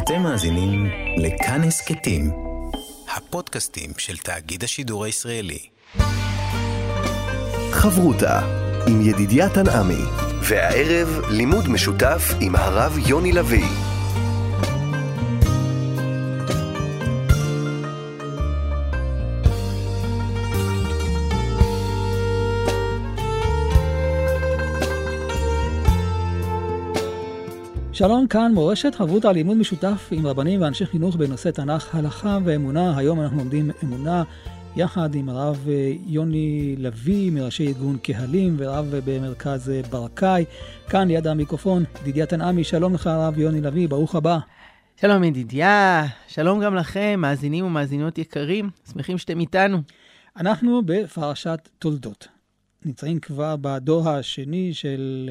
אתם מאזינים לכאן הסכתים, הפודקאסטים של תאגיד השידור הישראלי. חברותה עם ידידיה תנעמי, והערב לימוד משותף עם הרב יוני לוי. שלום, כאן מורשת, חברותה לימוד משותף עם רבנים ואנשי חינוך בנושא תנ"ך, הלכה ואמונה. היום אנחנו לומדים אמונה יחד עם הרב יוני לוי מראשי ארגון קהלים ורב במרכז ברקאי. כאן ליד המיקרופון ידידיה תנעמי. שלום לך הרב יוני לוי, ברוך הבא. שלום ידידיה, שלום גם לכם, מאזינים ומאזינות יקרים, שמחים שאתם איתנו. אנחנו בפרשת תולדות. נמצאים כבר בדור השני של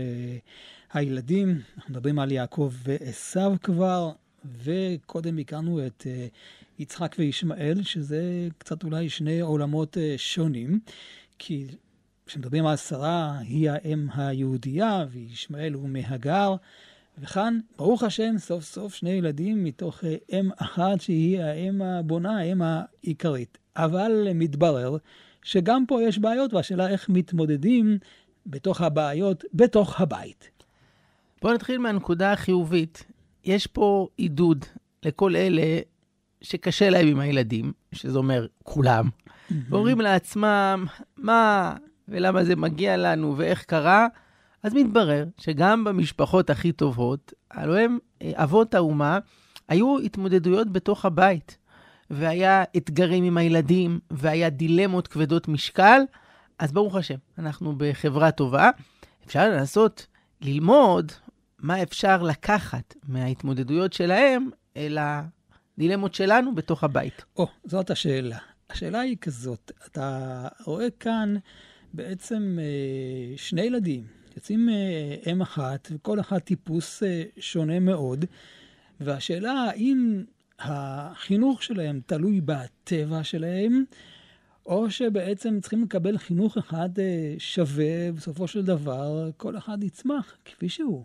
הילדים. אנחנו מדברים על יעקב ועשיו כבר, וקודם הכרנו את יצחק וישמעאל, שזה קצת אולי שני עולמות שונים, כי כשמדברים על שרה, היא האם היהודייה, וישמעאל הוא מהגר, וכאן, ברוך השם, סוף סוף שני ילדים מתוך אם אחת, שהיא האם הבונה, האם העיקרית. אבל מתברר שגם פה יש בעיות, והשאלה איך מתמודדים בתוך הבעיות, בתוך הבית. בואו נתחיל מהנקודה החיובית. יש פה עידוד לכל אלה שקשה להם עם הילדים, שזה אומר כולם, ואומרים לעצמם מה ולמה זה מגיע לנו ואיך קרה. אז מתברר שגם במשפחות הכי טובות, הלוא הם אבות האומה, היו התמודדויות בתוך הבית, והיה אתגרים עם הילדים, והיה דילמות כבדות משקל. אז ברוך השם, אנחנו בחברה טובה. אפשר לנסות ללמוד מה אפשר לקחת מההתמודדויות שלהם אל הדילמות שלנו בתוך הבית. זאת השאלה. השאלה היא כזאת, אתה רואה כאן בעצם שני ילדים, יוצאים אם אחת, וכל אחד טיפוס שונה מאוד, והשאלה האם החינוך שלהם תלוי בטבע שלהם, או שבעצם צריכים לקבל חינוך אחד שווה, בסופו של דבר כל אחד יצמח כפי שהוא.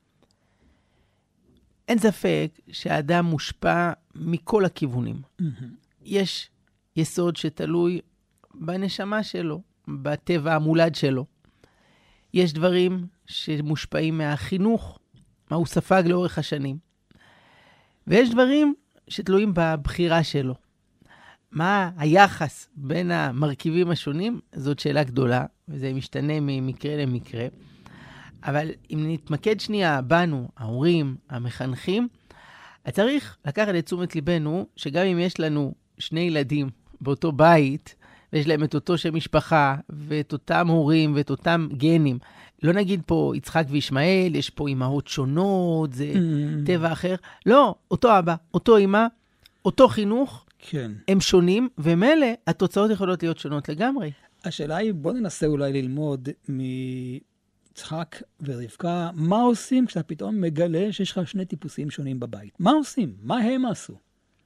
אין ספק שהאדם מושפע מכל הכיוונים. יש יסוד שתלוי בנשמה שלו, בטבע המולד שלו. יש דברים שמושפעים מהחינוך, מה הוא ספג לאורך השנים. ויש דברים שתלויים בבחירה שלו. מה היחס בין המרכיבים השונים? זאת שאלה גדולה, וזה משתנה ממקרה למקרה. אבל אם נתמקד שנייה בנו, ההורים, המחנכים, צריך לקחת לתשומת ליבנו שגם אם יש לנו שני ילדים באותו בית, ויש להם את אותו שם משפחה, ואת אותם הורים, ואת אותם גנים, לא נגיד פה יצחק וישמעאל, יש פה אמהות שונות, זה טבע אחר. לא, אותו אבא, אותו אמא, אותו חינוך, כן. הם שונים, ומילא התוצאות יכולות להיות שונות לגמרי. השאלה היא, בוא ננסה אולי ללמוד מיצחק ורבקה, מה עושים כשאתה פתאום מגלה שיש לך שני טיפוסים שונים בבית? מה עושים? מה הם עשו?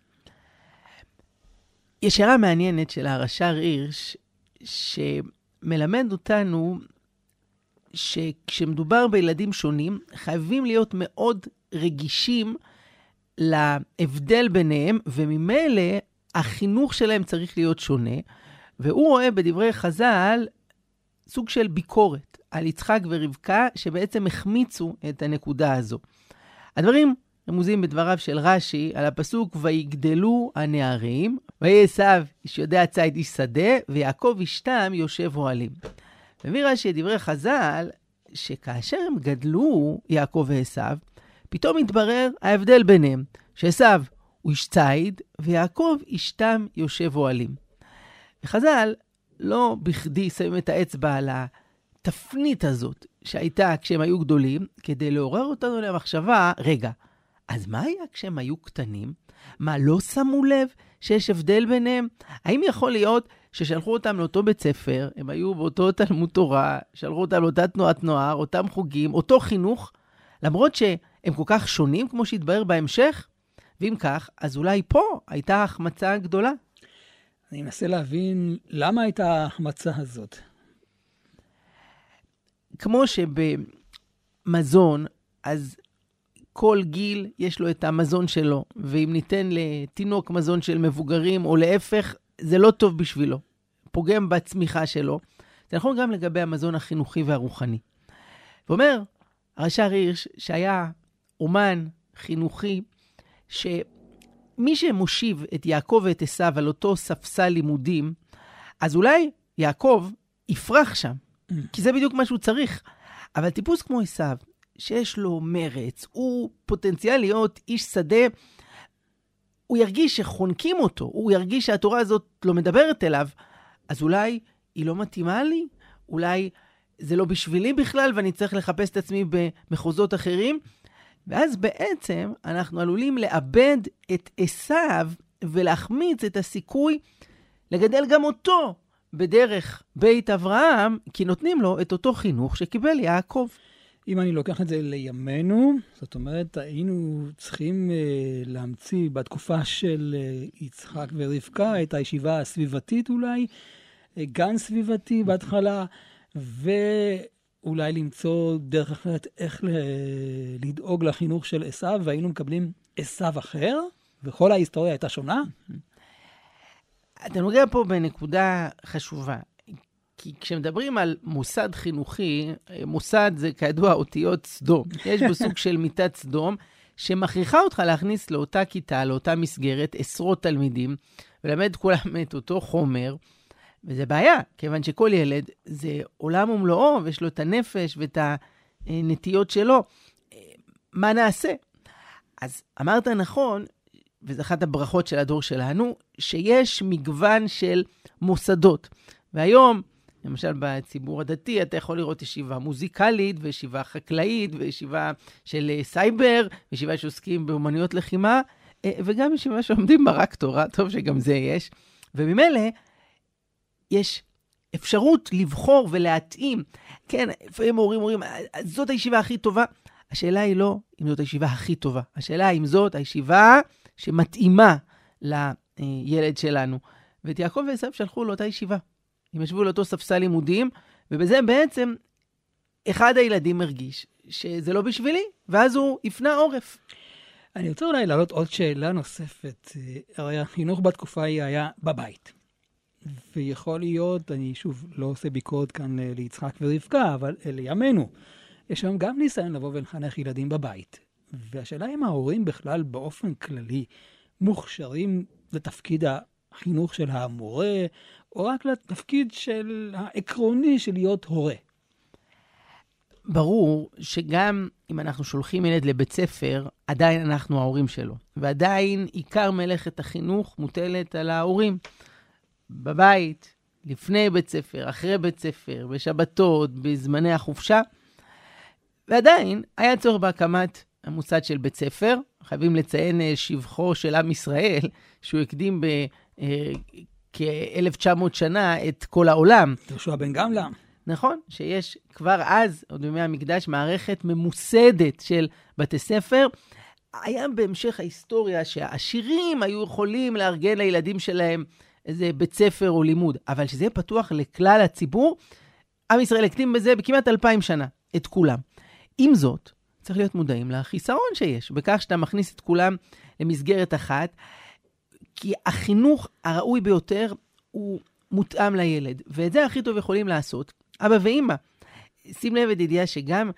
יש שאלה מעניינת של הרש"ר הירש, שמלמד אותנו שכשמדובר בילדים שונים, חייבים להיות מאוד רגישים להבדל ביניהם, וממילא החינוך שלהם צריך להיות שונה, והוא רואה בדברי חז"ל סוג של ביקורת על יצחק ורבקה, שבעצם החמיצו את הנקודה הזו. הדברים רמוזים בדבריו של רש"י על הפסוק, ויגדלו הנערים, ויהי עשיו איש יודע ציד איש שדה, ויעקב אשתם יושב אוהלים. ומביא רש"י את דברי חז"ל, שכאשר הם גדלו, יעקב ועשיו, פתאום התברר ההבדל ביניהם, שעשיו הוא איש ציד, ויעקב אשתם יושב אוהלים. וחז"ל לא בכדי שמים את האצבע על התפנית הזאת שהייתה כשהם היו גדולים, כדי לעורר אותנו למחשבה, רגע, אז מה היה כשהם היו קטנים? מה, לא שמו לב שיש הבדל ביניהם? האם יכול להיות ששלחו אותם לאותו בית ספר, הם היו באותו תלמוד תורה, שלחו אותם לאותה תנועת נוער, אותם חוגים, אותו חינוך, למרות שהם כל כך שונים כמו שהתברר בהמשך? ואם כך, אז אולי פה הייתה החמצה גדולה. אני אנסה להבין למה הייתה ההחמצה הזאת. כמו שבמזון, אז כל גיל יש לו את המזון שלו, ואם ניתן לתינוק מזון של מבוגרים או להפך, זה לא טוב בשבילו. פוגם בצמיחה שלו. זה נכון גם לגבי המזון החינוכי והרוחני. ואומר, הרש"ר הירש, שהיה אומן חינוכי, שמי שמושיב את יעקב ואת עשיו על אותו ספסל לימודים, אז אולי יעקב יפרח שם, כי זה בדיוק מה שהוא צריך. אבל טיפוס כמו עשיו, שיש לו מרץ, הוא פוטנציאל להיות איש שדה, הוא ירגיש שחונקים אותו, הוא ירגיש שהתורה הזאת לא מדברת אליו, אז אולי היא לא מתאימה לי, אולי זה לא בשבילי בכלל, ואני צריך לחפש את עצמי במחוזות אחרים, ואז בעצם אנחנו עלולים לאבד את עשיו, ולהחמיץ את הסיכוי לגדל גם אותו בדרך בית אברהם, כי נותנים לו את אותו חינוך שקיבל יעקב. אם אני לוקח את זה לימינו, זאת אומרת, היינו צריכים להמציא בתקופה של יצחק ורבקה את הישיבה הסביבתית אולי, גן סביבתי בהתחלה, ואולי למצוא דרך אחרת איך לדאוג לחינוך של עשיו, והיינו מקבלים עשיו אחר, וכל ההיסטוריה הייתה שונה. אתה נוגע פה בנקודה חשובה. כי כשמדברים על מוסד חינוכי, מוסד זה כידוע אותיות סדום. יש בו סוג של מיטת סדום, שמכריחה אותך להכניס לאותה כיתה, לאותה מסגרת, עשרות תלמידים, ולמד כולם את אותו חומר, וזה בעיה, כיוון שכל ילד זה עולם ומלואו, ויש לו את הנפש ואת הנטיות שלו. מה נעשה? אז אמרת נכון, וזו אחת הברכות של הדור שלנו, שיש מגוון של מוסדות. והיום, למשל בציבור הדתי, אתה יכול לראות ישיבה מוזיקלית, וישיבה חקלאית, וישיבה של סייבר, וישיבה שעוסקים באומנויות לחימה, וגם ישיבה שעומדים ברק תורה, טוב שגם זה יש. וממילא, יש אפשרות לבחור ולהתאים. כן, לפעמים אומרים, זאת הישיבה הכי טובה. השאלה היא לא אם זאת הישיבה הכי טובה. השאלה היא אם זאת הישיבה שמתאימה לילד שלנו. ואת יעקב ועשיו שלחו לאותה ישיבה. הם ישבו לאותו ספסל לימודים, ובזה בעצם אחד הילדים מרגיש שזה לא בשבילי, ואז הוא יפנה עורף. אני רוצה אולי להעלות עוד שאלה נוספת. הרי החינוך בתקופה היא היה בבית. ויכול להיות, אני שוב לא עושה ביקורת כאן ליצחק ורבקה, אבל לימינו, יש שם גם ניסיון לבוא ולחנך ילדים בבית. והשאלה אם ההורים בכלל באופן כללי מוכשרים לתפקיד החינוך של המורה, או רק לתפקיד של העקרוני של להיות הורה. ברור שגם אם אנחנו שולחים ילד לבית ספר, עדיין אנחנו ההורים שלו. ועדיין עיקר מלאכת החינוך מוטלת על ההורים. בבית, לפני בית ספר, אחרי בית ספר, בשבתות, בזמני החופשה. ועדיין היה צורך בהקמת המוסד של בית ספר. חייבים לציין שבחו של עם ישראל, שהוא הקדים כ-1900 שנה את כל העולם. יהושע בן גמלא. נכון, שיש כבר אז, עוד בימי המקדש, מערכת ממוסדת של בתי ספר. היה בהמשך ההיסטוריה שהעשירים היו יכולים לארגן לילדים שלהם איזה בית ספר או לימוד, אבל שזה יהיה פתוח לכלל הציבור, עם ישראל הקדים בזה בכמעט 2000 שנה, את כולם. עם זאת, צריך להיות מודעים לחיסרון שיש, בכך שאתה מכניס את כולם למסגרת אחת, כי החינוך הראוי ביותר הוא מותאם לילד, ואת זה הכי טוב יכולים לעשות. אבא ואמא, שים לב ידידיה שגם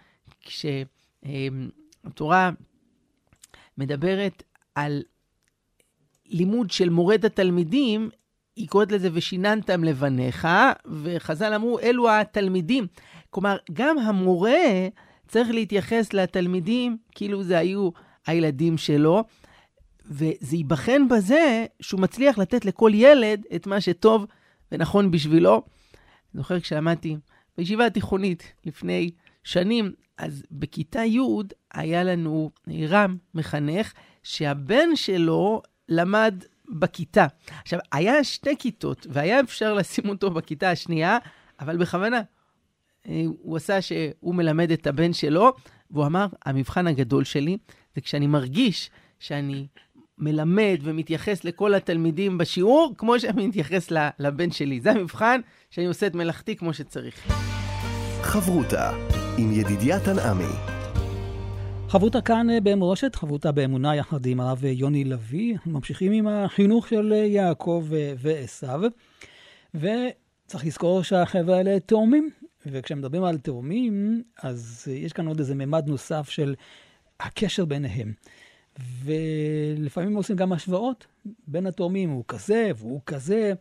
כשהתורה מדברת על לימוד של מורד התלמידים, היא קוראת לזה ושיננתם לבניך, וחז"ל אמרו אלו התלמידים. כלומר, גם המורה צריך להתייחס לתלמידים כאילו זה היו הילדים שלו, וזה ייבחן בזה שהוא מצליח לתת לכל ילד את מה שטוב ונכון בשבילו. זוכר כשלמדתי בישיבה התיכונית לפני שנים, אז בכיתה י' היה לנו רם מחנך שהבן שלו למד בכיתה. עכשיו, היה 2 כיתות, והיה אפשר לשים אותו בכיתה השנייה, אבל בכוונה. הוא עשה שהוא מלמד את הבן שלו, והוא אמר, המבחן הגדול שלי, זה כשאני מרגיש שאני מלמד ומתייחס לכל התלמידים בשיעור, כמו שאני מתייחס לבן שלי. זה המבחן שאני עושה את מלאכתי כמו שצריך. חברותה עם ידידיה תנעמי. חברותה כאן במורשת, חברותה באמונה יחד עם הרב יוני לוי. ממשיכים עם החינוך של יעקב ועשיו, וצריך לזכור שהחבר'ה האלה תאומים, וכשמדברים על תאומים, אז יש כאן עוד איזה ממד נוסף של הקשר ביניהם. ולפעמים עושים גם השוואות בין התאומים, הוא כזה והוא כזה,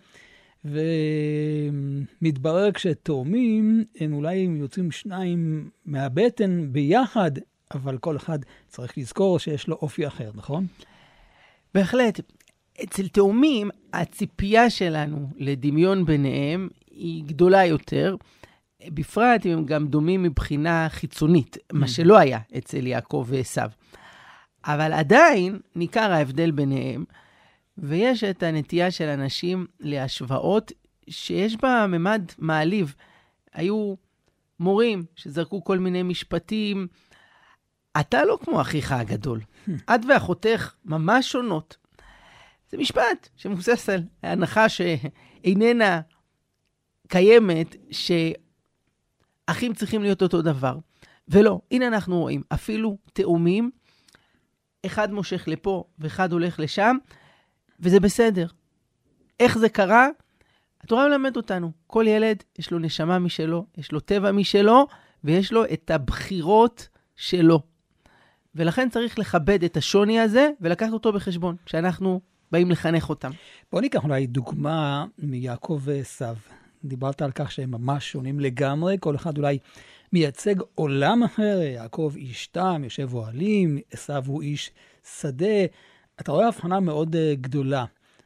ומתברר כשתאומים הם אולי יוצאים שניים מהבטן ביחד, אבל כל אחד צריך לזכור שיש לו אופי אחר, נכון? בהחלט. אצל תאומים, הציפייה שלנו לדמיון ביניהם היא גדולה יותר, בפרט אם הם גם דומים מבחינה חיצונית, מה שלא היה אצל יעקב ועשיו. אבל עדיין ניכר ההבדל ביניהם, ויש את הנטייה של אנשים להשוואות שיש בה ממד מעליב. היו מורים שזרקו כל מיני משפטים, אתה לא כמו אחיך הגדול, את ואחותך ממש שונות. זה משפט שמבוסס על ההנחה שאיננה קיימת, שאחים צריכים להיות אותו דבר. ולא, הנה אנחנו רואים, אפילו תאומים, אחד מושך לפה ואחד הולך לשם, וזה בסדר. איך זה קרה? התורה מלמד אותנו. כל ילד יש לו נשמה משלו, יש לו טבע משלו, ויש לו את הבחירות שלו. ולכן צריך לכבד את השוני הזה, ולקחת אותו בחשבון, כשאנחנו באים לחנך אותם. בוא ניקח אולי דוגמה מיעקב ועשיו. דיברת על כך שהם ממש שונים לגמרי, כל אחד אולי מייצג עולם אחר, יעקב איש תם, יושב אוהלים, עשיו הוא איש שדה. אתה רואה הבחנה מאוד גדולה,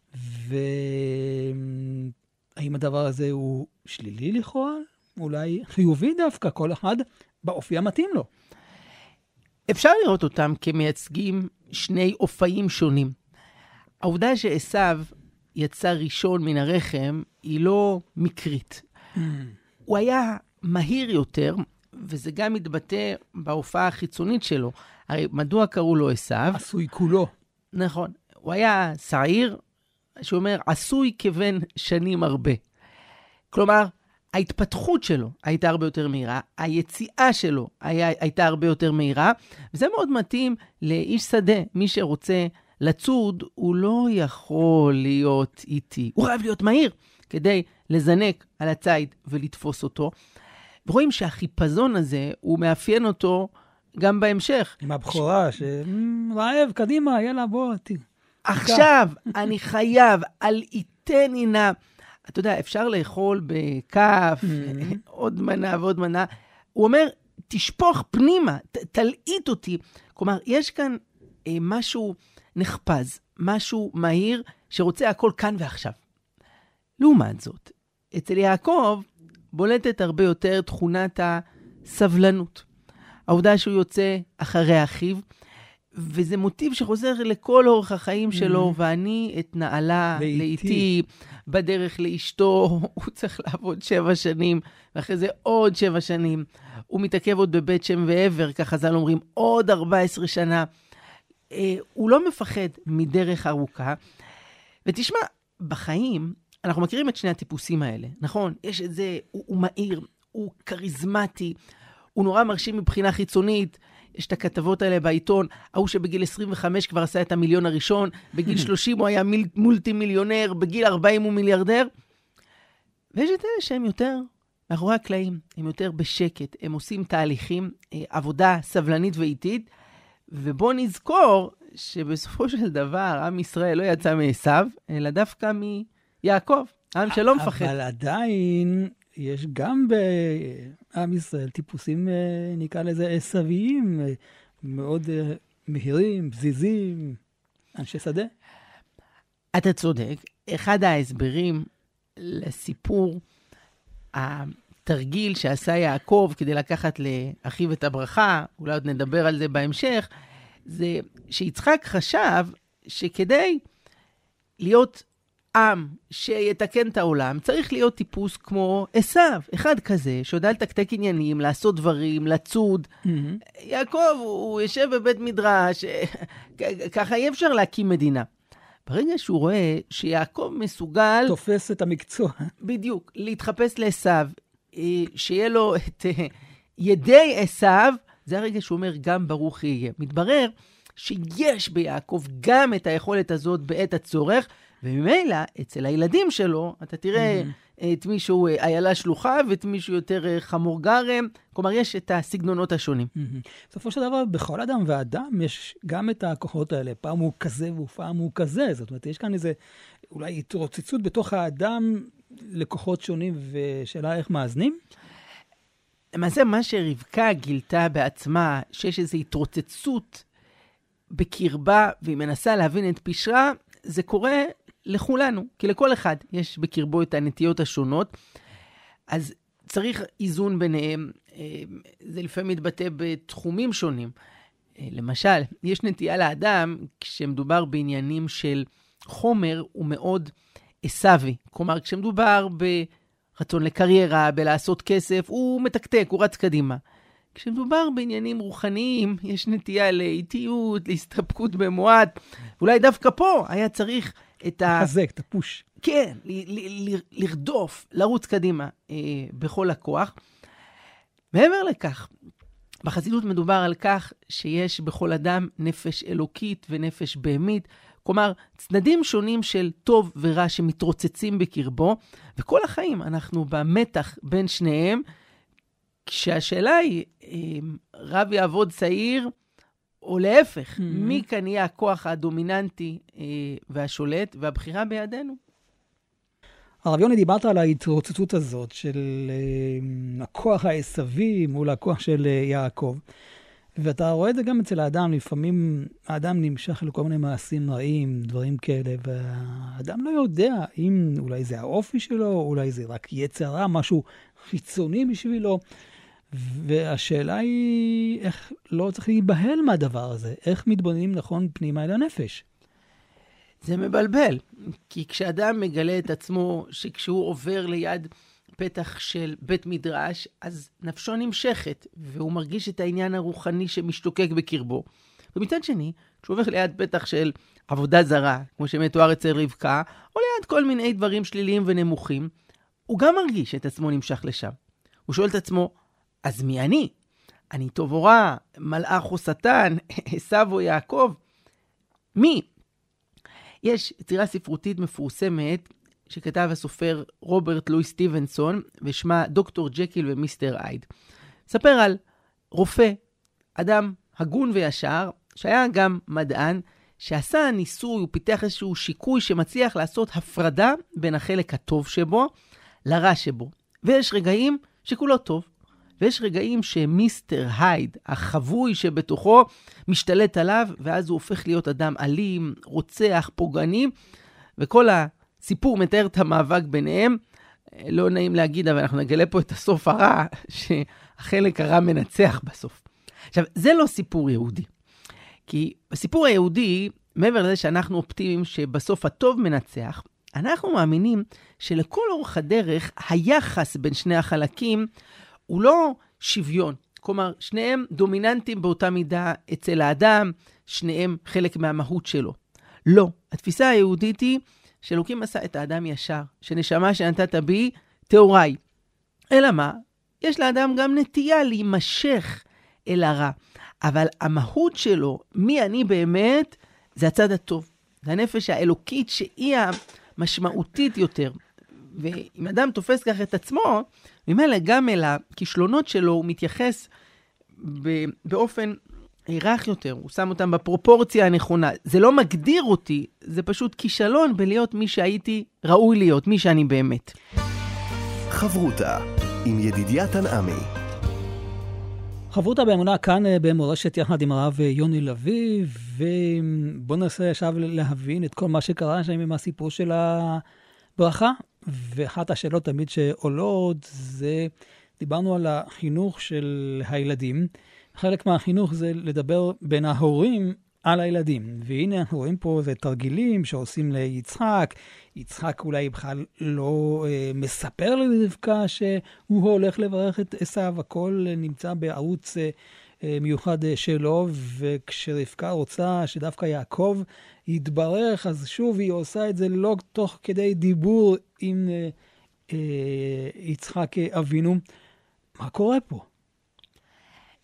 והאם הדבר הזה הוא שלילי לכאורה? אולי חיובי דווקא, כל אחד באופי המתאים לו. אפשר לראות אותם כמייצגים שני אופיים שונים. העובדה שעשיו יצא ראשון מן הרחם היא לא מקרית. הוא היה מהיר יותר, וזה גם מתבטא בהופעה החיצונית שלו. הרי מדוע קראו לו עשיו? עשוי כולו. נכון. הוא היה שעיר, שאומר, עשוי כבן שנים הרבה. כלומר, ההתפתחות שלו הייתה הרבה יותר מהירה, היציאה שלו הייתה הרבה יותר מהירה, וזה מאוד מתאים לאיש שדה. מי שרוצה לצוד, הוא לא יכול להיות איטי. הוא חייב להיות מהיר כדי לזנק על הציד ולתפוס אותו. ורואים שהחיפזון הזה, הוא מאפיין אותו גם בהמשך. עם הבחורה, רעב, קדימה, יאללה, בוא. עכשיו, אני חייב, על איתני נא. אתה יודע, אפשר לאכול בכף, עוד מנה ועוד מנה. הוא אומר, תשפוך פנימה, תלעית אותי. כלומר, יש כאן משהו נחפז, משהו מהיר, שרוצה הכל כאן ועכשיו. לעומת זאת, אצל יעקב בולטת הרבה יותר תכונת הסבלנות. העובדה שהוא יוצא אחרי אחיו, וזה מוטיב שחוזר לכל אורך החיים שלו, ואני את נעלה לאיתי, בדרך לאשתו, הוא צריך לעבוד 7 שנים, ואחרי זה עוד 7 שנים. הוא מתעכב עוד בבית שם ועבר, ככה ז"ל אומרים, עוד 14 שנה. הוא לא מפחד מדרך ארוכה. ותשמע, בחיים, אנחנו מכירים את שני הטיפוסים האלה, נכון? יש את זה, הוא מהיר, הוא קריזמטי, הוא נורא מרשים מבחינה חיצונית, יש את הכתבות האלה בעיתון, ההוא שבגיל 25 כבר עשה את המיליון הראשון, בגיל 30 הוא היה מולטי מיליונר, בגיל 40 הוא מיליארדר. ויש את אלה שהם יותר מאחורי הקלעים, הם יותר בשקט, הם עושים תהליכים, עבודה סבלנית ואיטית, ובוא נזכור שבסופו של דבר עם ישראל לא יצא מעשיו, אלא דווקא מיעקב, עם שלא מפחד. אבל עדיין יש גם בעם ישראל טיפוסים, נקרא לזה עשוויים, מאוד מהירים, בזיזים, אנשי שדה. אתה צודק. אחד ההסברים לסיפור התרגיל שעשה יעקב כדי לקחת לאחיו את הברכה, אולי עוד נדבר על זה בהמשך, זה שיצחק חשב שכדי להיות עם שיתקן את העולם, צריך להיות טיפוס כמו עשיו, אחד כזה, שיודע לתקתק עניינים, לעשות דברים, לצוד. יעקב, הוא יושב בבית מדרש, ככה אי אפשר להקים מדינה. ברגע שהוא רואה שיעקב מסוגל... תופס את המקצוע. בדיוק, להתחפש לעשיו, שיהיה לו את ידי עשיו, זה הרגע שהוא אומר גם ברוך יהיה. מתברר שיש ביעקב גם את היכולת הזאת בעת הצורך, וממילא אצל הילדים שלו, אתה תראה את מישהו איילה שלוחה, ואת מישהו יותר חמור גרם, כלומר יש את הסגנונות השונים. בסופו של דבר, בכל אדם ואדם יש גם את הכוחות האלה, פעם הוא כזה ופעם הוא כזה, זאת אומרת, יש כאן איזה אולי התרוצצות בתוך האדם לכוחות שונים, ושאלה איך מאזנים? למעשה, מה שרבקה גילתה בעצמה, שיש איזו התרוצצות בקרבה, והיא מנסה להבין את פשרה, זה קורה לכולנו, כי לכל אחד יש בקרבו את הנטיות השונות, אז צריך איזון ביניהם, זה לפעמים מתבטא בתחומים שונים. למשל, יש נטייה לאדם, כשמדובר בעניינים של חומר, הוא מאוד עשוי. כלומר, כשמדובר ברצון לקריירה, בלעשות כסף, הוא מתקתק, הוא רץ קדימה. כשמדובר בעניינים רוחניים, יש נטייה לאיטיות, להסתפקות במועט. אולי דווקא פה היה צריך את לחזק, את הפוש. כן, לרדוף, לרוץ קדימה בכל הכוח. מעבר לכך, בחסידות מדובר על כך שיש בכל אדם נפש אלוקית ונפש בהמית, כלומר, צדדים שונים של טוב ורע שמתרוצצים בקרבו, וכל החיים אנחנו במתח בין שניהם, כשהשאלה היא, רב יעבוד צעיר, או להפך, מי כאן יהיה הכוח הדומיננטי והשולט, והבחירה בידינו? הרב יוני, דיברת על ההתרוצצות הזאת של הכוח העשוי מול הכוח של יעקב, ואתה רואה את זה גם אצל האדם, לפעמים האדם נמשך לכל מיני מעשים רעים, דברים כאלה, והאדם לא יודע אם אולי זה האופי שלו, אולי זה רק יצר רע, משהו חיצוני בשבילו, והשאלה היא איך לא צריך להיבהל מהדבר הזה, איך מתבוננים נכון פנימה אל הנפש. זה מבלבל, כי כשאדם מגלה את עצמו שכשהוא עובר ליד פתח של בית מדרש, אז נפשו נמשכת, והוא מרגיש את העניין הרוחני שמשתוקק בקרבו. ומצד שני, כשהוא עובר ליד פתח של עבודה זרה, כמו שמתואר אצל רבקה, או ליד כל מיני דברים שליליים ונמוכים, הוא גם מרגיש את עצמו נמשך לשם. הוא שואל את עצמו, אז מי אני? אני טוב או רע? מלאך או שטן? עשיו או יעקב? מי? יש יצירה ספרותית מפורסמת שכתב הסופר רוברט לואי סטיבנסון, ושמה דוקטור ג'קיל ומיסטר הייד. ספר על רופא, אדם הגון וישר, שהיה גם מדען, שעשה ניסוי, הוא פיתח איזשהו שיקוי שמצליח לעשות הפרדה בין החלק הטוב שבו לרע שבו. ויש רגעים שכולו טוב, ויש רגעים שמיסטר הייד, החבוי שבתוכו, משתלט עליו, ואז הוא הופך להיות אדם אלים, רוצח, פוגעני, וכל הסיפור מתאר את המאבק ביניהם. לא נעים להגיד, אבל אנחנו נגלה פה את הסוף הרע, שהחלק הרע מנצח בסוף. עכשיו, זה לא סיפור יהודי. כי בסיפור היהודי, מעבר לזה שאנחנו אופטימיים שבסוף הטוב מנצח, אנחנו מאמינים שלכל אורך הדרך, היחס בין שני החלקים הוא לא שוויון. כלומר, שניהם דומיננטים באותה מידה אצל האדם, שניהם חלק מהמהות שלו. לא. התפיסה היהודית היא שאלוקים עשה את האדם ישר, שנשמה שנתת בי תאוריי. אלא מה? יש לאדם גם נטייה להימשך אל הרע. אבל המהות שלו, מי אני באמת, זה הצד הטוב. זה הנפש האלוקית שהיא המשמעותית יותר. ואם אדם תופס כך את עצמו, ממילא גם אל הכישלונות שלו הוא מתייחס באופן רך יותר. הוא שם אותם בפרופורציה הנכונה. זה לא מגדיר אותי, זה פשוט כישלון בלהיות מי שהייתי ראוי להיות, מי שאני באמת. חברותה עם ידידיה תנעמי. חברותה באמונה כאן במורשת יחד עם הרב יוני לוי, ובוא ננסה עכשיו להבין את כל מה שקרה שם עם הסיפור של הברכה. ואחת השאלות תמיד שעולות זה, דיברנו על החינוך של הילדים. חלק מהחינוך זה לדבר בין ההורים על הילדים. והנה אנחנו רואים פה זה תרגילים שעושים ליצחק. יצחק אולי בכלל לא מספר לרבקה שהוא הולך לברך את עשיו. הכל נמצא בערוץ מיוחד שלו, וכשרבקה רוצה שדווקא יעקב יתברך, אז שוב היא עושה את זה לא תוך כדי דיבור עם יצחק אבינו. מה קורה פה?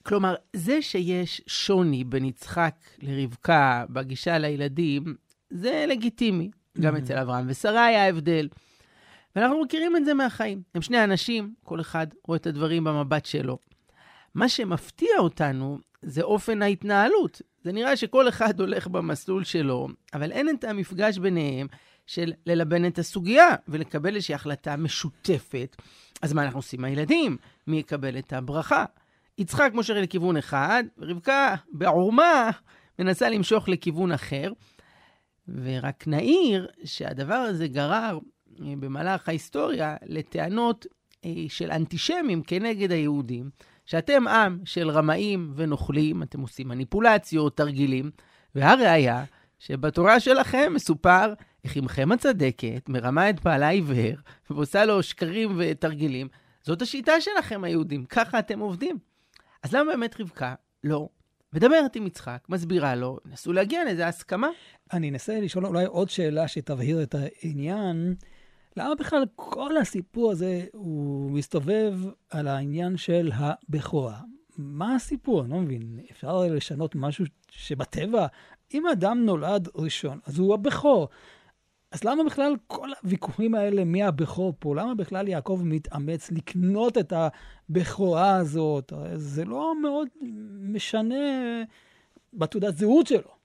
כלומר, זה שיש שוני בין יצחק לרבקה בגישה לילדים, זה לגיטימי. גם אצל אברהם ושרה היה הבדל. ואנחנו מכירים את זה מהחיים. הם שני אנשים, כל אחד רואה את הדברים במבט שלו. מה שמפתיע אותנו זה אופן ההתנהלות. זה נראה שכל אחד הולך במסלול שלו, אבל אין את המפגש ביניהם של ללבן את הסוגיה ולקבל איזושהי החלטה משותפת. אז מה אנחנו עושים מהילדים? מי יקבל את הברכה? יצחק מושך לכיוון אחד, ורבקה בעורמה מנסה למשוך לכיוון אחר. ורק נעיר שהדבר הזה גרר במהלך ההיסטוריה לטענות של אנטישמים כנגד היהודים, שאתם עם של רמאים ונוכלים, אתם עושים מניפולציות, תרגילים, והראיה שבתורה שלכם מסופר איך אמכם הצדקת מרמה את בעלה עיוור, ועושה לו שקרים ותרגילים. זאת השיטה שלכם היהודים, ככה אתם עובדים. אז למה באמת רבקה לא מדברת עם יצחק, מסבירה לו, נסו להגיע לאיזו הסכמה? אני אנסה לשאול אולי עוד שאלה שתבהיר את העניין. למה בכלל כל הסיפור הזה הוא מסתובב על העניין של הבכורה? מה הסיפור? אני לא מבין. אפשר לשנות משהו שבטבע, אם אדם נולד ראשון, אז הוא הבכור. אז למה בכלל כל הוויכוחים האלה מי הבכור פה? למה בכלל יעקב מתאמץ לקנות את הבכורה הזאת? זה לא מאוד משנה בתעודת זהות שלו.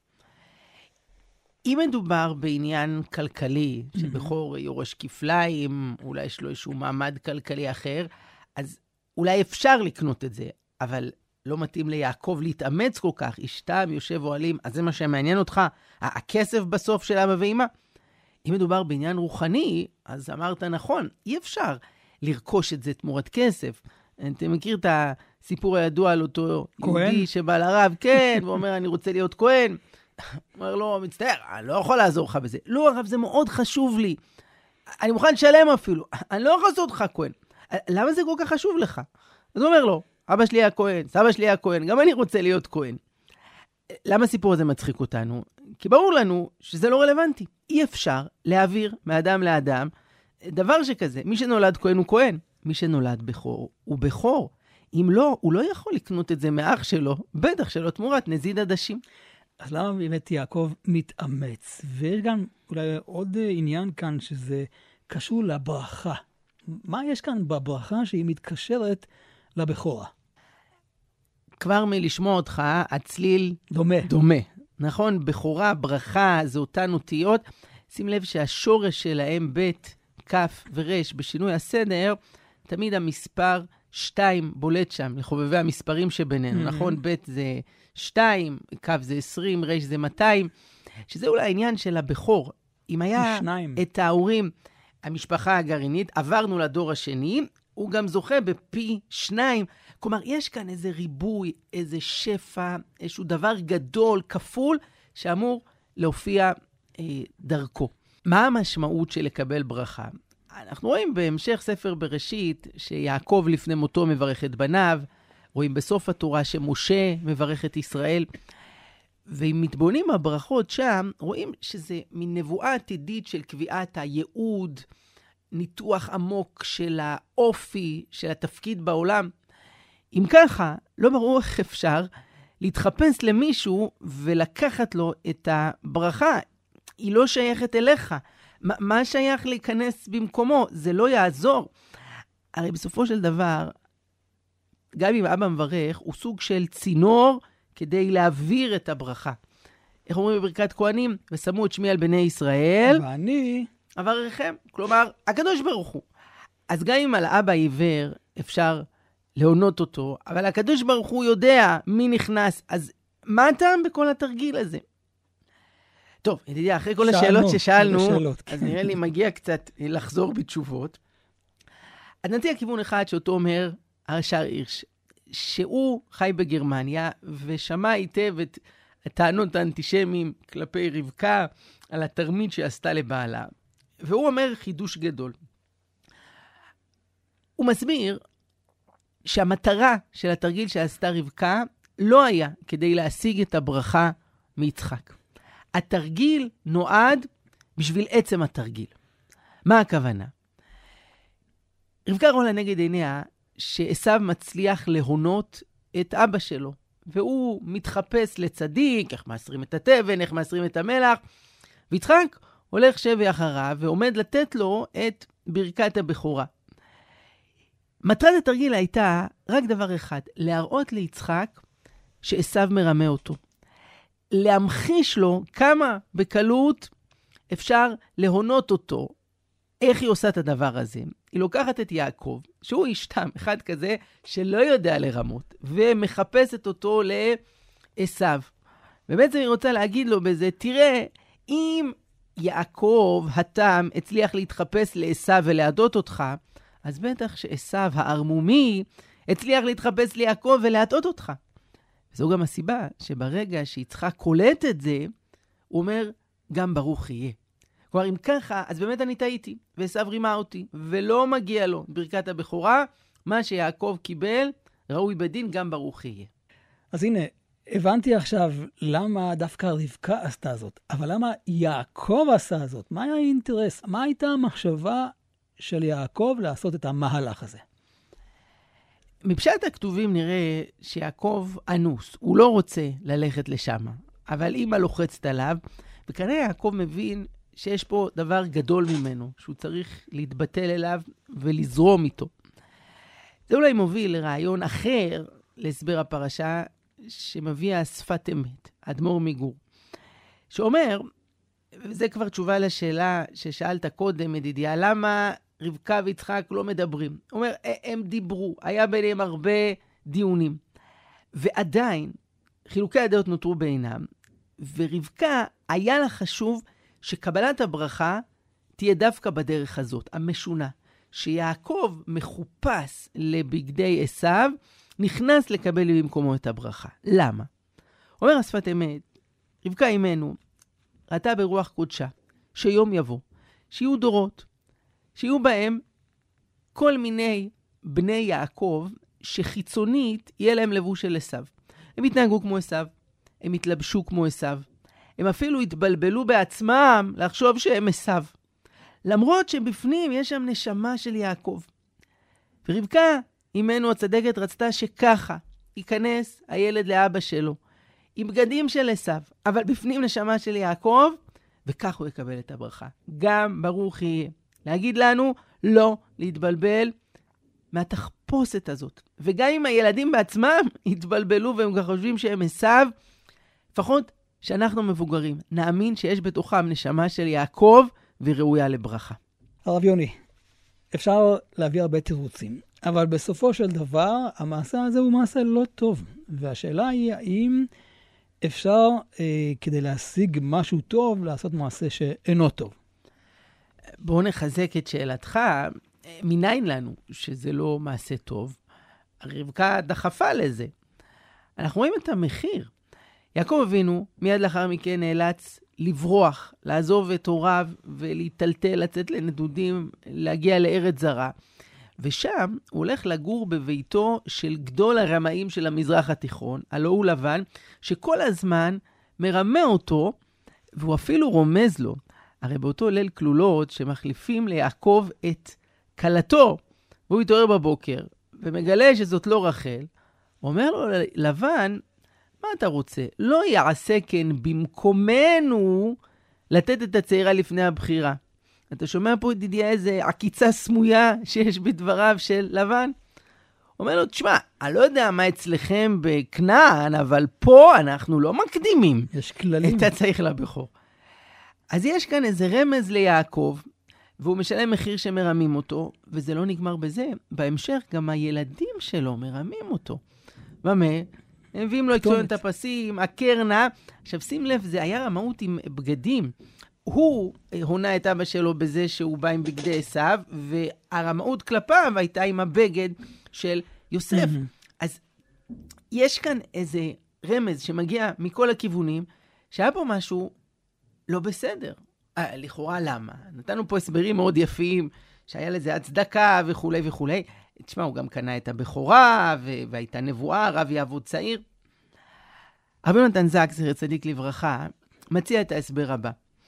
אם מדובר בעניין כלכלי, שבכור יורש כפליים, אולי יש לו איזשהו מעמד כלכלי אחר, אז אולי אפשר לקנות את זה, אבל לא מתאים ליעקב להתאמץ כל כך, אשתם יושב אוהלים, אז זה מה שמעניין אותך, הכסף בסוף של אבא ואמא. אם מדובר בעניין רוחני, אז אמרת נכון, אי אפשר לרכוש את זה תמורת כסף. אתה מכיר את הסיפור הידוע על אותו יהודי שבא לרב, כן, ואומר, אני רוצה להיות כהן. אומר לו, מצטער, אני לא יכול לעזור לך בזה. לא, הרב, זה מאוד חשוב לי. אני מוכן לשלם אפילו. אני לא יכול לעשות אותך כהן. למה זה כל כך חשוב לך? אז הוא אומר לו, אבא שלי היה כהן, סבא שלי היה כהן, גם אני רוצה להיות כהן. למה הסיפור הזה מצחיק אותנו? כי ברור לנו שזה לא רלוונטי. אי אפשר להעביר מאדם לאדם דבר שכזה. מי שנולד כהן הוא כהן. מי שנולד בכור הוא בכור. אם לא, הוא לא יכול לקנות את זה מאח שלו, בטח שלו תמורת נזיד עדשים. אז למה באמת יעקב מתאמץ? ויש גם אולי עוד עניין כאן שזה קשור לברכה. מה יש כאן בברכה שהיא מתקשרת לבכורה? כבר מלשמוע אותך, הצליל דומה. נכון, בכורה, ברכה, זה אותן אותיות. שים לב שהשורש שלהם בית, כף ורש בשינוי הסדר, תמיד המספר 2 בולט שם, לחובבי המספרים שבינינו. נכון, בית זה 2, כף זה 20, רש זה 200, שזה אולי העניין של הבכור. אם היה את ההורים, המשפחה הגרעינית, עברנו לדור השני, הוא גם זוכה בפי 2. כלומר, יש כאן איזה ריבוי, איזה שפע, איזשהו דבר גדול, כפול, שאמור להופיע דרכו. מה המשמעות של לקבל ברכה? אנחנו רואים בהמשך ספר בראשית, שיעקב לפני מותו מברך את בניו, רואים בסוף התורה שמשה מברך את ישראל, ואם מתבונים הברכות שם, רואים שזה מין נבואה עתידית של קביעת הייעוד, ניתוח עמוק של האופי, של התפקיד בעולם. אם ככה, לא ברור איך אפשר להתחפש למישהו ולקחת לו את הברכה. היא לא שייכת אליך. מה שייך להיכנס במקומו? זה לא יעזור. הרי בסופו של דבר, גם אם אבא מברך, הוא סוג של צינור כדי להעביר את הברכה. איך אומרים בברכת כהנים? ושמו את שמי על בני ישראל. ואני אברכם. כלומר, הקדוש ברוך הוא. אז גם אם על אבא עיוור אפשר להונות אותו, אבל הקדוש ברוך הוא יודע מי נכנס, אז מה הטעם בכל התרגיל הזה? טוב, ידידיה, אחרי כל השאלות ששאלנו, אז נראה לי מגיע קצת לחזור בתשובות. אז נטיע כיוון אחד שאותו אומר הרש"ר הירש, שהוא חי בגרמניה, ושמע היטב את הטענות האנטישמיים כלפי רבקה, על התרמית שעשתה לבעלה. והוא אומר חידוש גדול. הוא מסביר שהמטרה של התרגיל שעשתה רבקה, לא היה כדי להשיג את הברכה מיצחק. התרגיל נועד בשביל עצם התרגיל. מה הכוונה? רבקה רואה לנגד עיניה שעשיו מצליח להונות את אבא שלו, והוא מתחפש לצדיק, איך מאסרים את התבן, איך מאסרים את המלח, ויצחק הולך שבי אחריו ועומד לתת לו את ברכת הבכורה. מטרת התרגיל הייתה רק דבר אחד, להראות ליצחק שעשיו מרמה אותו. להמחיש לו כמה בקלות אפשר להונות אותו. איך היא עושה את הדבר הזה? היא לוקחת את יעקב, שהוא איש תם, אחד כזה שלא יודע לרמות, ומחפשת אותו לעשיו. ובעצם היא רוצה להגיד לו בזה, תראה, אם יעקב התם הצליח להתחפש לעשיו ולהדות אותך, אז בטח שעשיו הערמומי הצליח להתחפש ליעקב ולהטעות אותך. וזו גם הסיבה שברגע שיצחק קולט את זה, הוא אומר, גם ברוך יהיה. כלומר, אם ככה, אז באמת אני טעיתי, ועשיו רימה אותי, ולא מגיע לו ברכת הבכורה, מה שיעקב קיבל, ראוי בדין, גם ברוך יהיה. אז הנה, הבנתי עכשיו למה דווקא רבקה עשתה זאת, אבל למה יעקב עשה זאת? מה היה האינטרס? מה הייתה המחשבה של יעקב לעשות את המהלך הזה? מפשט הכתובים נראה שיעקב אנוס, הוא לא רוצה ללכת לשם, אבל אמא לוחצת עליו, וכנראה יעקב מבין שיש פה דבר גדול ממנו, שהוא צריך להתבטל אליו ולזרום איתו. זה אולי מוביל לרעיון אחר להסבר הפרשה, שמביא השפת אמת, אדמו"ר מגור, שאומר, וזה כבר תשובה לשאלה ששאלת קודם, ידידיה, למה רבקה ויצחק לא מדברים? הוא אומר, הם דיברו, היה ביניהם הרבה דיונים, ועדיין חילוקי הדעות נותרו בעינם, ורבקה היה לה חשוב שקבלת הברכה תהיה דווקא בדרך הזאת, המשונה, שיעקב מחופש לבגדי עשיו, נכנס לקבל במקומו את הברכה. למה? אומר השפת אמת, רבקה אימנו ראתה ברוח קודשה, שיום יבוא, שיהיו דורות, שיהיו בהם כל מיני בני יעקב, שחיצונית יהיה להם לבוש של עשיו. הם יתנהגו כמו עשיו, הם יתלבשו כמו עשיו, הם אפילו התבלבלו בעצמם לחשוב שהם עשיו. למרות שבפנים יש שם נשמה של יעקב. ורבקה, אימנו הצדקת, רצתה שככה ייכנס הילד לאבא שלו, עם בגדים של עשיו, אבל בפנים נשמה של יעקב, וכך הוא יקבל את הברכה. גם ברוך יהיה. להגיד לנו לא להתבלבל מהתחפושת הזאת. וגם אם הילדים בעצמם התבלבלו והם חושבים שהם עשיו, לפחות שאנחנו מבוגרים, נאמין שיש בתוכם נשמה של יעקב וראויה לברכה. הרב יוני, אפשר להביא הרבה תירוצים, אבל בסופו של דבר המעשה הזה הוא מעשה לא טוב. והשאלה היא האם אפשר כדי להשיג משהו טוב לעשות מעשה שאינו טוב. בואו נחזק את שאלתך, מניין לנו שזה לא מעשה טוב? רבקה דחפה לזה. אנחנו רואים את המחיר. יעקב אבינו מיד לאחר מכן נאלץ לברוח, לעזוב את הוריו ולהיטלטל, לצאת לנדודים, להגיע לארץ זרה. ושם הוא הולך לגור בביתו של גדול הרמאים של המזרח התיכון, הלא הוא לבן, שכל הזמן מרמה אותו, והוא אפילו רומז לו. הרי באותו ליל כלולות שמחליפים ליעקב את קלתו, והוא יתעורר בבוקר ומגלה שזאת לא רחל, הוא אומר לו לבן, מה אתה רוצה? לא יעשה כן במקומנו לתת את הצעירה לפני הבחירה. אתה שומע פה, ידידיה, איזה עקיצה סמויה שיש בדבריו של לבן? הוא אומר לו, תשמע, אני לא יודע מה אצלכם בכנען, אבל פה אנחנו לא מקדימים. יש כללים. את הצעיר לבכור. אז יש כאן איזה רמז ליעקב, והוא משלם מחיר שמרמים אותו, וזה לא נגמר בזה. בהמשך גם הילדים שלו מרמים אותו. במה? הם מביאים לו את הפסים, הקרנה. עכשיו שים לב, זה היה רמאות עם בגדים. הוא הונה את אבא שלו בזה שהוא בא עם בגדי עשיו, והרמאות כלפיו הייתה עם הבגד של יוסף. אז יש כאן איזה רמז שמגיע מכל הכיוונים, שהיה פה משהו לא בסדר. לכאורה למה? נתנו פה הסברים מאוד יפים, שהיה לזה הצדקה וכו' וכו'. תשמע, הוא גם קנה את הבכורה, והייתה נבואה, רב יעבוד צעיר. רבי יונתן זק, זכר צדיק לברכה, מציע את ההסבר הבא.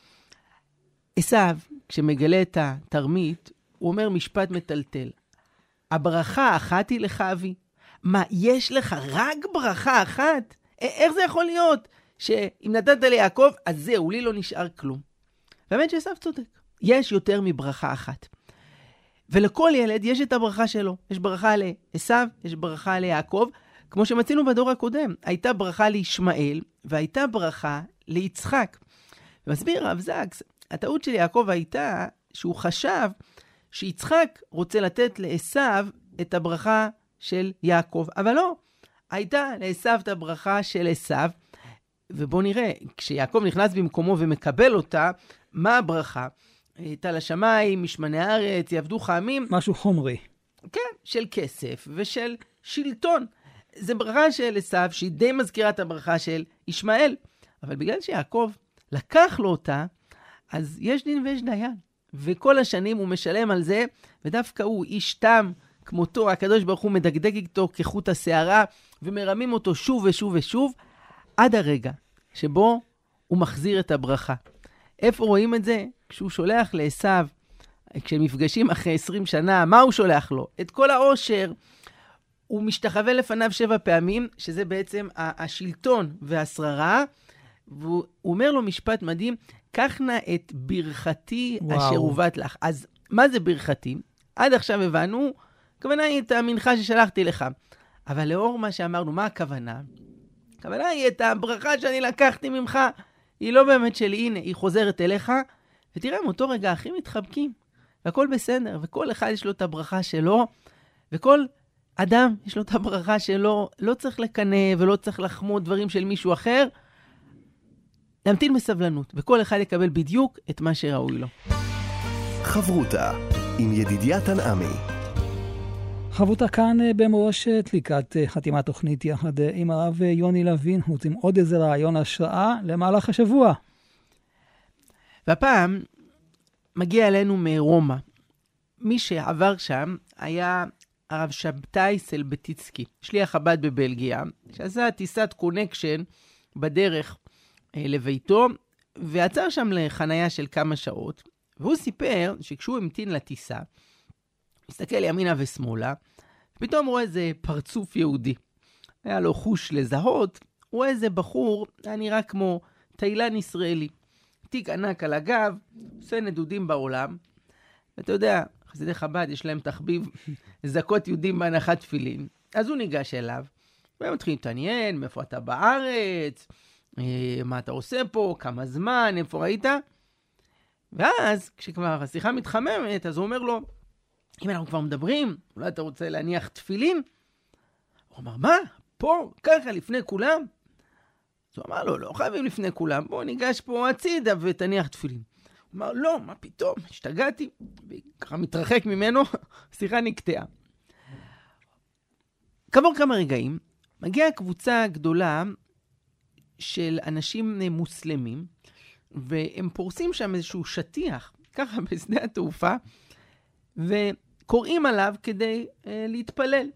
עשיו, כשמגלה את התרמית, הוא אומר משפט מטלטל. הברכה אחת היא לך אבי. מה, יש לך רק ברכה אחת? איך זה יכול להיות שאם נתת ליעקב, אז זהו, לי לא נשאר כלום. באמת שעשו צודק. יש יותר מברכה אחת. ולכל ילד יש את הברכה שלו. יש ברכה לעשו, יש ברכה ליעקב. כמו שמצינו בדור הקודם, הייתה ברכה לישמעאל, והייתה ברכה ליצחק. ומסביר רב זקס, הטעות של יעקב הייתה שהוא חשב שיצחק רוצה לתת לעשו את הברכה של יעקב. אבל לא, הייתה לעשו את הברכה של עשו. ובואו נראה, כשיעקב נכנס במקומו ומקבל אותה, מה הברכה? טל השמיים, משמני הארץ, יעבדו חעמים. משהו חומרי. כן, של כסף ושל שלטון. זה ברכה של עשו שהיא די מזכירה את הברכה של ישמעאל. אבל בגלל שיעקב לקח לו אותה, אז יש דין ויש דיין. וכל השנים הוא משלם על זה, ודווקא הוא איש תם כמותו, הקדוש ברוך הוא מדגדג איתו כחוט השערה, ומרמים אותו שוב ושוב ושוב, עד הרגע שבו הוא מחזיר את הברכה. איפה רואים את זה? כשהוא שולח לעשו, כשהם מפגשים אחרי 20 שנה, מה הוא שולח לו? את כל העושר. הוא משתחווה לפניו 7 פעמים, שזה בעצם השלטון והשררה, והוא אומר לו משפט מדהים, קח נא את ברכתי אשר הובאת לך. אז מה זה ברכתי? עד עכשיו הבנו, הכוונה היא את המנחה ששלחתי לך. אבל לאור מה שאמרנו, מה הכוונה? הכוונה היא את הברכה שאני לקחתי ממך, היא לא באמת שלי, הנה, היא חוזרת אליך, ותראה, מאותו רגע אחים מתחבקים, והכל בסדר, וכל אחד יש לו את הברכה שלו, וכל אדם יש לו את הברכה שלו, לא צריך לקנא ולא צריך לחמוד דברים של מישהו אחר, להמתין בסבלנות, וכל אחד יקבל בדיוק את מה שראוי לו. חברותה עם ידידיה תנעמי. חברותה כאן במורשת לקראת חתימת תוכנית יחד עם הרב יוני לוין, רוצים עוד איזה רעיון השראה למהלך השבוע. והפעם מגיע אלינו מרומא. מי שעבר שם היה הרב שבתאי סלבטיצקי, שליח חב"ד בבלגיה, שעשה טיסת קונקשן בדרך לביתו, ועצר שם לחנייה של כמה שעות, והוא סיפר שכשהוא המתין לטיסה, מסתכל ימינה ושמאלה, ופתאום רואה איזה פרצוף יהודי. היה לו חוש לזהות, הוא רואה איזה בחור, היה נראה כמו תאילן ישראלי. תיק ענק על הגב, עושה נדודים בעולם, ואתה יודע, חסידי חב"ד יש להם תחביב זכות יהודים בהנחת תפילין. אז הוא ניגש אליו, והם מתחילים להתעניין, מאיפה אתה בארץ, מה אתה עושה פה, כמה זמן, איפה ראית? ואז, כשכבר השיחה מתחממת, אז הוא אומר לו, אם אנחנו כבר מדברים, אולי אתה רוצה להניח תפילין? הוא אמר, מה? פה? ככה לפני כולם? אז הוא אמר לו, לא חייבים לפני כולם, בוא ניגש פה הצידה ותניח תפילין. הוא אמר, לא, מה פתאום? השתגעתי. וככה מתרחק ממנו, שיחה נקטעה. כעבור כמה רגעים, מגיעה קבוצה גדולה של אנשים מוסלמים, והם פורסים שם איזשהו שטיח, ככה בשדה התעופה, וקוראים עליו כדי להתפלל.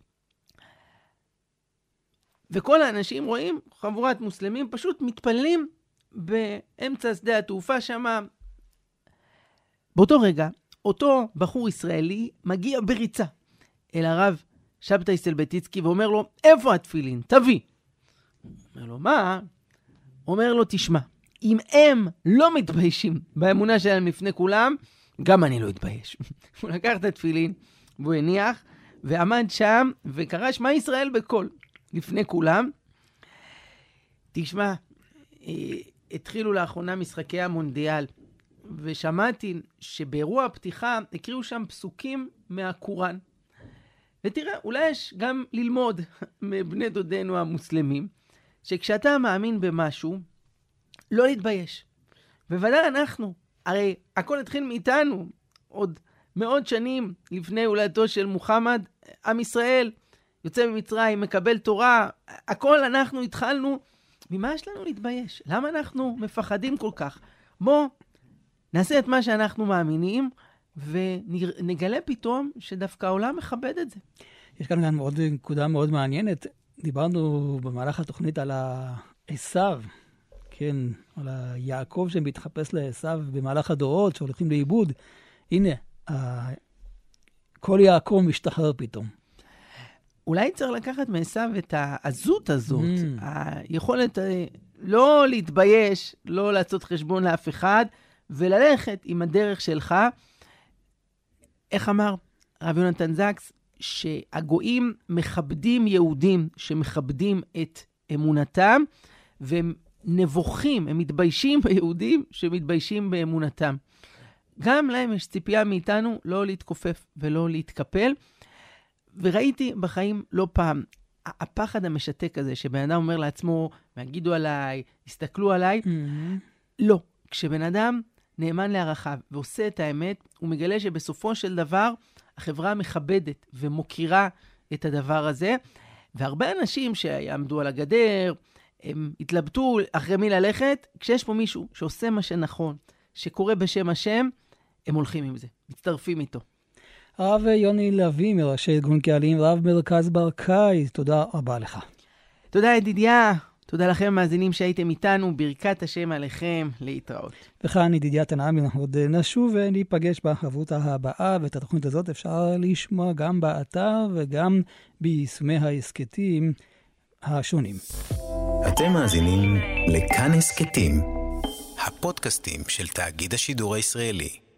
וכל האנשים רואים, חבורת מוסלמים, פשוט מתפללים באמצע שדה התעופה שם. באותו רגע, אותו בחור ישראלי מגיע בריצה אל הרב שבתאי סלבטיצקי ואומר לו, איפה התפילין? תביא. אומר לו, מה? אומר לו, תשמע, אם הם לא מתביישים באמונה שלהם לפני כולם, גם אני לא אתבייש. הוא לקח את התפילין, והוא הניח, ועמד שם, וקרא שמע ישראל בקול, לפני כולם. תשמע, התחילו לאחרונה משחקי המונדיאל, ושמעתי שבאירוע הפתיחה, הקריאו שם פסוקים מהקוראן. ותראה, אולי יש גם ללמוד מבני דודינו המוסלמים, שכשאתה מאמין במשהו, לא להתבייש. בוודאי אנחנו, הרי הכל התחיל מאיתנו, עוד מאות שנים לפני הולדתו של מוחמד, עם ישראל יוצא ממצרים, מקבל תורה, הכל אנחנו התחלנו, ממה יש לנו להתבייש? למה אנחנו מפחדים כל כך? בוא נעשה את מה שאנחנו מאמינים, ונגלה פתאום שדווקא העולם מכבד את זה. יש כאן גם עוד נקודה מאוד מעניינת. דיברנו במהלך התוכנית על עשיו, כן, על יעקב שמתחפש לעשיו במהלך הדורות שהולכים לאיבוד. הנה, כל יעקב משתחרר פתאום. אולי צריך לקחת מעשיו את העזות הזאת, היכולת לא להתבייש, לא לעשות חשבון לאף אחד, וללכת עם הדרך שלך. איך אמר רב יונתן זקס? שהגויים מכבדים יהודים שמכבדים את אמונתם, והם נבוכים, הם מתביישים ביהודים שמתביישים באמונתם. גם להם יש ציפייה מאיתנו לא להתכופף ולא להתקפל. וראיתי בחיים לא פעם, הפחד המשתק הזה, שבן אדם אומר לעצמו, יגידו עליי, יסתכלו עליי, לא. כשבן אדם נאמן לערכיו ועושה את האמת, הוא מגלה שבסופו של דבר, החברה מכבדת ומוקירה את הדבר הזה, והרבה אנשים שיעמדו על הגדר, הם התלבטו אחרי מי ללכת, כשיש פה מישהו שעושה מה שנכון, שקורא בשם השם, הם הולכים עם זה, מצטרפים איתו. הרב יוני לוי, מראשי ארגון קהלים, רב מרכז ברקאי, תודה רבה לך. תודה ידידיה, תודה לכם מאזינים שהייתם איתנו, ברכת השם עליכם, להתראות. וכאן ידידיה תנעמי, אנחנו עוד נשוב וניפגש בחברותה הבאה, ואת התוכנית הזאת אפשר לשמוע גם באתר וגם ביישומי ההסקטים השונים. אתם מאזינים לכאן הסקטים, הפודקאסטים של תאגיד השידור הישראלי.